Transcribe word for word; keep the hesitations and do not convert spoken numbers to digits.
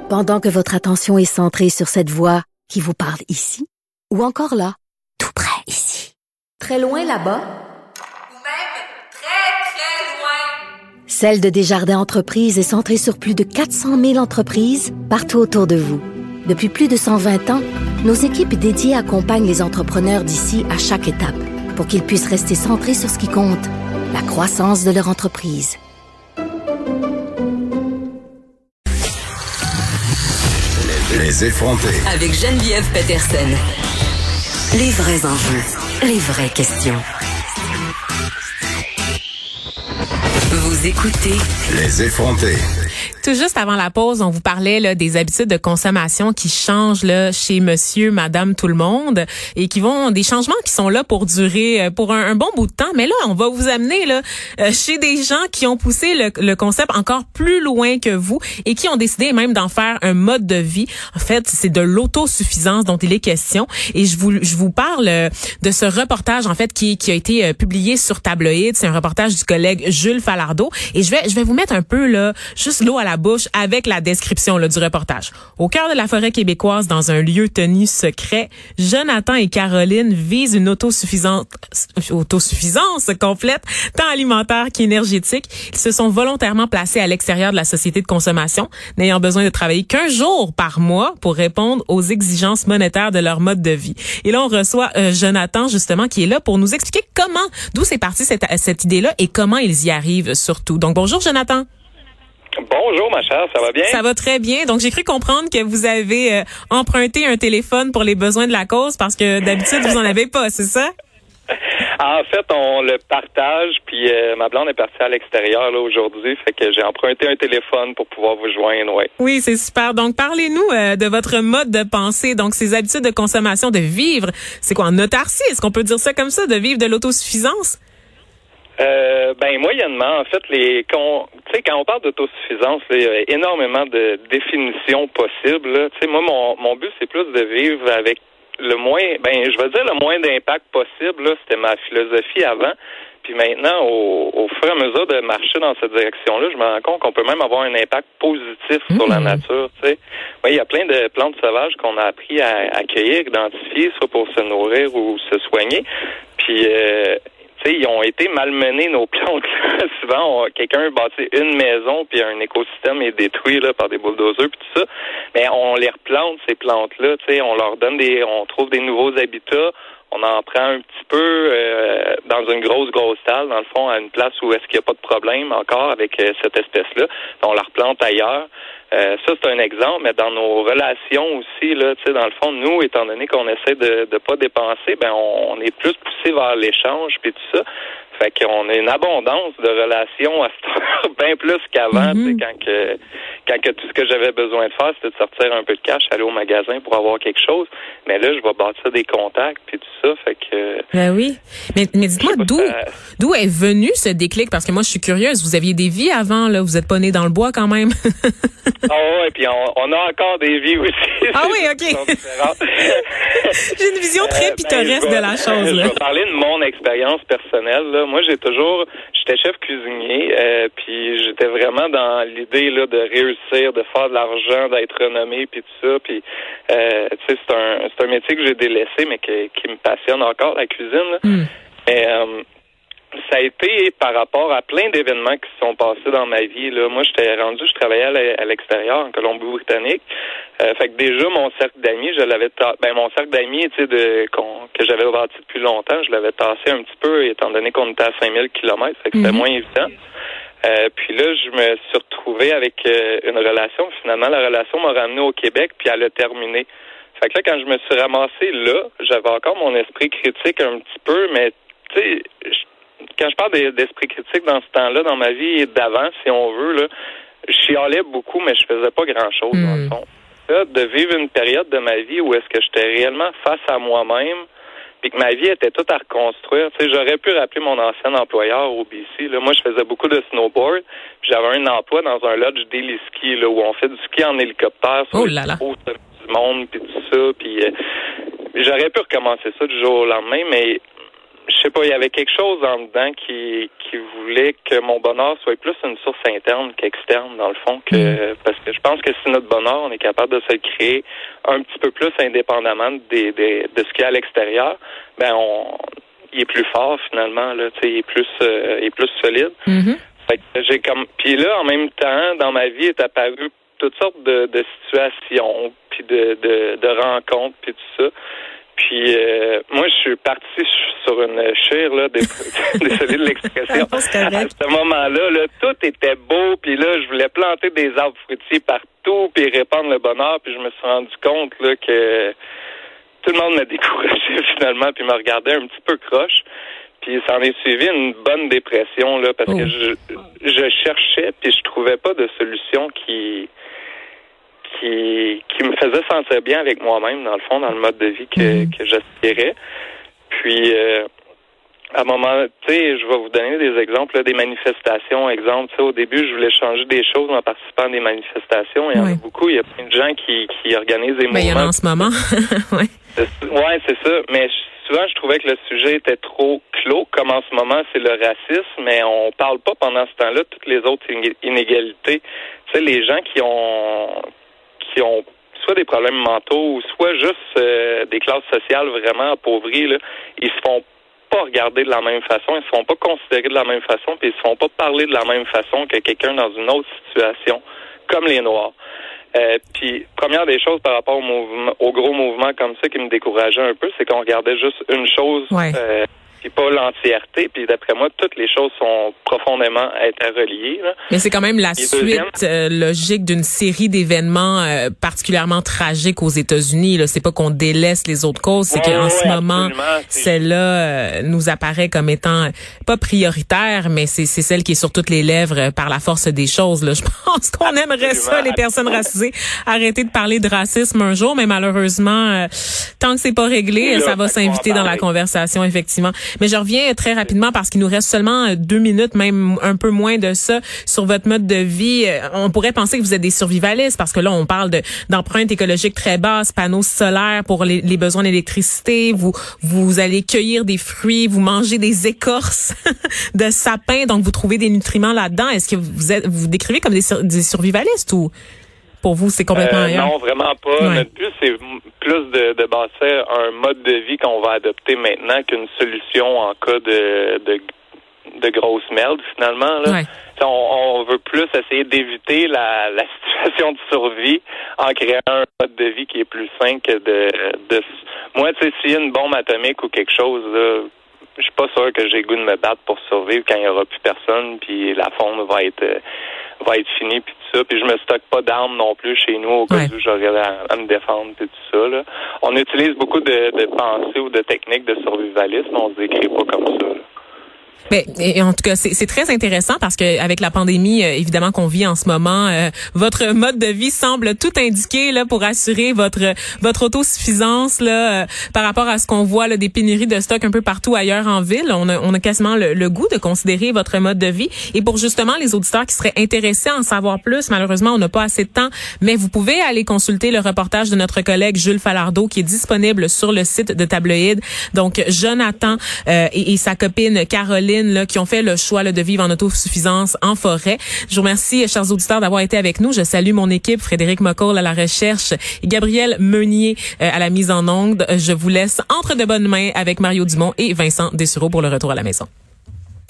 Pendant que votre attention est centrée sur cette voix qui vous parle ici, ou encore là, tout près ici, très loin là-bas, ou même très, très loin. Celle de Desjardins Entreprises est centrée sur plus de quatre cent mille entreprises partout autour de vous. Depuis plus de cent vingt ans, nos équipes dédiées accompagnent les entrepreneurs d'ici à chaque étape pour qu'ils puissent rester centrés sur ce qui compte, la croissance de leur entreprise. Les effrontés. Avec Geneviève Peterson. Les vrais enjeux, les vraies questions. Vous écoutez Les effrontés. Tout juste avant la pause, on vous parlait là, des habitudes de consommation qui changent là, chez monsieur, madame, tout le monde et qui vont des changements qui sont là pour durer pour un, un bon bout de temps. Mais là, on va vous amener là euh, chez des gens qui ont poussé le, le concept encore plus loin que vous et qui ont décidé même d'en faire un mode de vie. En fait, c'est de l'autosuffisance dont il est question. Et je vous je vous parle de ce reportage en fait qui, qui a été publié sur Tabloïd. C'est un reportage du collègue Jules Falardeau. Et je vais je vais vous mettre un peu là juste l'eau à la bouche avec la description là, du reportage. Au cœur de la forêt québécoise, dans un lieu tenu secret, Jonathan et Caroline visent une autosuffisance, autosuffisance complète, tant alimentaire qu'énergétique. Ils se sont volontairement placés à l'extérieur de la société de consommation, n'ayant besoin de travailler qu'un jour par mois pour répondre aux exigences monétaires de leur mode de vie. Et là, on reçoit euh, Jonathan, justement, qui est là pour nous expliquer comment, d'où c'est parti cette, cette idée-là et comment ils y arrivent surtout. Donc, bonjour, Jonathan. Bonjour, ma chère, ça va bien? Ça va très bien. Donc, j'ai cru comprendre que vous avez euh, emprunté un téléphone pour les besoins de la cause parce que d'habitude, vous en avez pas, c'est ça? En fait, on le partage, puis euh, ma blonde est partie à l'extérieur là aujourd'hui, fait que j'ai emprunté un téléphone pour pouvoir vous joindre, ouais. Oui, c'est super. Donc, parlez-nous euh, de votre mode de pensée, donc ces habitudes de consommation, de vivre. C'est quoi, en autarcie? Est-ce qu'on peut dire ça comme ça, de vivre de l'autosuffisance? Euh, ben moyennement, en fait, les quand tu sais quand on parle d'autosuffisance, il y a énormément de définitions possibles. Tu sais, moi mon mon but c'est plus de vivre avec le moins, ben je veux dire le moins d'impact possible. Là, c'était ma philosophie avant. Puis maintenant, au, au fur et à mesure de marcher dans cette direction-là, je me rends compte qu'on peut même avoir un impact positif mmh. sur la nature. Tu sais, oui, il y a plein de plantes sauvages qu'on a appris à accueillir, identifier, soit pour se nourrir ou se soigner. Puis euh, ils ont été malmenés, nos plantes. Souvent, on, quelqu'un bâtit une maison, puis un écosystème est détruit là, par des bulldozers, puis tout ça. Mais on les replante, ces plantes-là. On leur donne des... On trouve des nouveaux habitats. On en prend un petit peu euh, dans une grosse, grosse salle, dans le fond, à une place où est-ce qu'il n'y a pas de problème encore avec euh, cette espèce-là. On la replante ailleurs. Euh, ça, c'est un exemple, mais dans nos relations aussi, là, tu sais, dans le fond, nous, étant donné qu'on essaie de ne pas dépenser, ben on, on est plus poussé vers l'échange puis tout ça. Fait qu'on a une abondance de relations à cette heure, bien plus qu'avant, mm-hmm. tu sais, quand que quand que tout ce que j'avais besoin de faire, c'était de sortir un peu de cash, aller au magasin pour avoir quelque chose. Mais là, je vais bâtir des contacts puis tout ça, fait que... Ben oui. Mais, mais dites-moi, d'où ça... d'où est venu ce déclic? Parce que moi, je suis curieuse. Vous aviez des vies avant, là. Vous êtes pas né dans le bois, quand même. Ah ouais, puis on, on a encore des vies aussi. Ah oui, OK. J'ai une vision très euh, pittoresque ben, de la chose, là. Je vais parler de mon expérience personnelle, là. Moi, j'ai toujours... J'étais chef cuisinier, euh, puis j'étais vraiment dans l'idée, là, de réussir, de faire de l'argent, d'être renommé, puis tout ça. Puis, euh, tu sais, c'est un, c'est un métier que j'ai délaissé, mais que, qui me passionne encore, la cuisine, là. Mm. Mais... Euh, ça a été par rapport à plein d'événements qui se sont passés dans ma vie. Là. Moi, j'étais rendu, je travaillais à l'extérieur, en Colombie-Britannique. Euh, fait que déjà, mon cercle d'amis, je l'avais ta... ben mon cercle d'amis, tu sais, de qu'on... que j'avais bâti depuis longtemps, je l'avais tassé un petit peu, étant donné qu'on était à cinq mille kilomètres, fait que c'était mm-hmm. moins évident. Euh, puis là, je me suis retrouvé avec euh, une relation. Finalement, la relation m'a ramené au Québec, puis elle a terminé. Fait que là, quand je me suis ramassé là, j'avais encore mon esprit critique un petit peu, mais tu sais, quand je parle d'esprit critique dans ce temps-là, dans ma vie d'avant, si on veut, là, je chialais beaucoup, mais je faisais pas grand-chose, mm. dans le fond. Là, de vivre une période de ma vie où est-ce que j'étais réellement face à moi-même, puis que ma vie était toute à reconstruire. Tu sais, j'aurais pu rappeler mon ancien employeur au B C. Là. Moi, je faisais beaucoup de snowboard, puis j'avais un emploi dans un lodge daily ski, là, où on fait du ski en hélicoptère sur oh les hauts du monde, puis tout ça. Puis euh, j'aurais pu recommencer ça du jour au lendemain, mais je sais pas, il y avait quelque chose en dedans qui qui voulait que mon bonheur soit plus une source interne qu'externe, dans le fond, que mmh. parce que je pense que si notre bonheur, on est capable de se le créer un petit peu plus indépendamment des, des, de ce qu'il y a à l'extérieur, ben on il est plus fort finalement, là, tu sais, il est plus euh, il est plus solide. Mmh. Fait que j'ai comme puis là, en même temps, dans ma vie est apparu toutes sortes de, de situations, puis de, de, de rencontres, puis tout ça. Puis euh, moi, je suis parti sur une chire, là, désolé de l'expression. À ce moment-là, là, tout était beau, puis là, je voulais planter des arbres fruitiers partout, puis répandre le bonheur, puis je me suis rendu compte là que tout le monde m'a découragé finalement, puis me regardait un petit peu croche. Puis ça en est suivi une bonne dépression, là, parce oh. que je, je cherchais, puis je trouvais pas de solution qui... qui qui me faisait sentir bien avec moi-même, dans le fond, dans le mode de vie que, mmh. que j'aspirais. Puis, euh, à un moment, tu sais, je vais vous donner des exemples, là, des manifestations. Exemple, tu sais, au début, je voulais changer des choses en participant à des manifestations. Il y en oui. a beaucoup. Il y a plein de gens qui, qui organisent des ben, mouvements. Il y en a en ce moment. oui. Ouais, c'est ça. Mais souvent, je trouvais que le sujet était trop clos, comme en ce moment, c'est le racisme, mais on parle pas pendant ce temps-là de toutes les autres inégalités. Tu sais, les gens qui ont qui ont soit des problèmes mentaux, soit juste euh, des classes sociales vraiment appauvries, là, ils se font pas regarder de la même façon, ils se font pas considérer de la même façon, puis ils se font pas parler de la même façon que quelqu'un dans une autre situation, comme les Noirs. Euh, puis, première des choses par rapport au mouvement, au gros mouvement comme ça qui me décourageait un peu, c'est qu'on regardait juste une chose, ouais. euh, puis pas l'entièreté. Puis d'après moi, toutes les choses sont profondément interreliées. Là. Mais c'est quand même la Et suite euh, logique d'une série d'événements euh, particulièrement tragiques aux États-Unis. Là, c'est pas qu'on délaisse les autres causes, c'est ouais, qu'en ouais, ce moment, celle-là euh, nous apparaît comme étant pas prioritaire, mais c'est, c'est celle qui est sur toutes les lèvres euh, par la force des choses. Là. Je pense qu'on absolument, aimerait ça, les personnes racisées, arrêter de parler de racisme un jour, mais malheureusement, euh, tant que c'est pas réglé, là, ça va s'inviter dans la conversation, effectivement. Mais je reviens très rapidement parce qu'il nous reste seulement deux minutes, même un peu moins de ça, sur votre mode de vie. On pourrait penser que vous êtes des survivalistes parce que là, on parle de, d'empreintes écologiques très basses, panneaux solaires pour les, les besoins d'électricité. Vous, vous allez cueillir des fruits, vous mangez des écorces de sapins, donc vous trouvez des nutriments là-dedans. Est-ce que vous êtes, vous, vous décrivez comme des, sur, des survivalistes ou pour vous, c'est complètement euh, ailleurs? Non, vraiment pas. Ouais. Notre but, c'est plus de, de bâtir un mode de vie qu'on va adopter maintenant qu'une solution en cas de, de, de grosse merde, finalement. Là. Ouais. On, on veut plus essayer d'éviter la, la situation de survie en créant un mode de vie qui est plus sain que de... de... Moi, tu sais, s'il y a une bombe atomique ou quelque chose, là, je suis pas sûr que j'ai le goût de me battre pour survivre quand il y aura plus personne, puis la faune va être... Euh, va être fini puis tout ça, puis je me stocke pas d'armes non plus chez nous au cas ouais. où j'aurais à, à me défendre puis tout ça là. On utilise beaucoup de, de pensées ou de techniques de survivalisme, on se décrit pas comme ça. Là. Ben, et en tout cas, c'est, c'est très intéressant parce que avec la pandémie, euh, évidemment qu'on vit en ce moment, euh, votre mode de vie semble tout indiquer là pour assurer votre votre autosuffisance là euh, par rapport à ce qu'on voit là, des pénuries de stock un peu partout ailleurs en ville. On a, on a quasiment le, le goût de considérer votre mode de vie. Et pour justement les auditeurs qui seraient intéressés à en savoir plus, malheureusement on n'a pas assez de temps, mais vous pouvez aller consulter le reportage de notre collègue Jules Falardeau qui est disponible sur le site de Tabloïd. Donc Jonathan euh, et, et sa copine Caroline là, qui ont fait le choix là, de vivre en autosuffisance en forêt. Je vous remercie, chers auditeurs, d'avoir été avec nous. Je salue mon équipe, Frédéric Mocoll à la recherche et Gabriel Meunier euh, à la mise en onde. Je vous laisse entre de bonnes mains avec Mario Dumont et Vincent Dessureau pour le retour à la maison.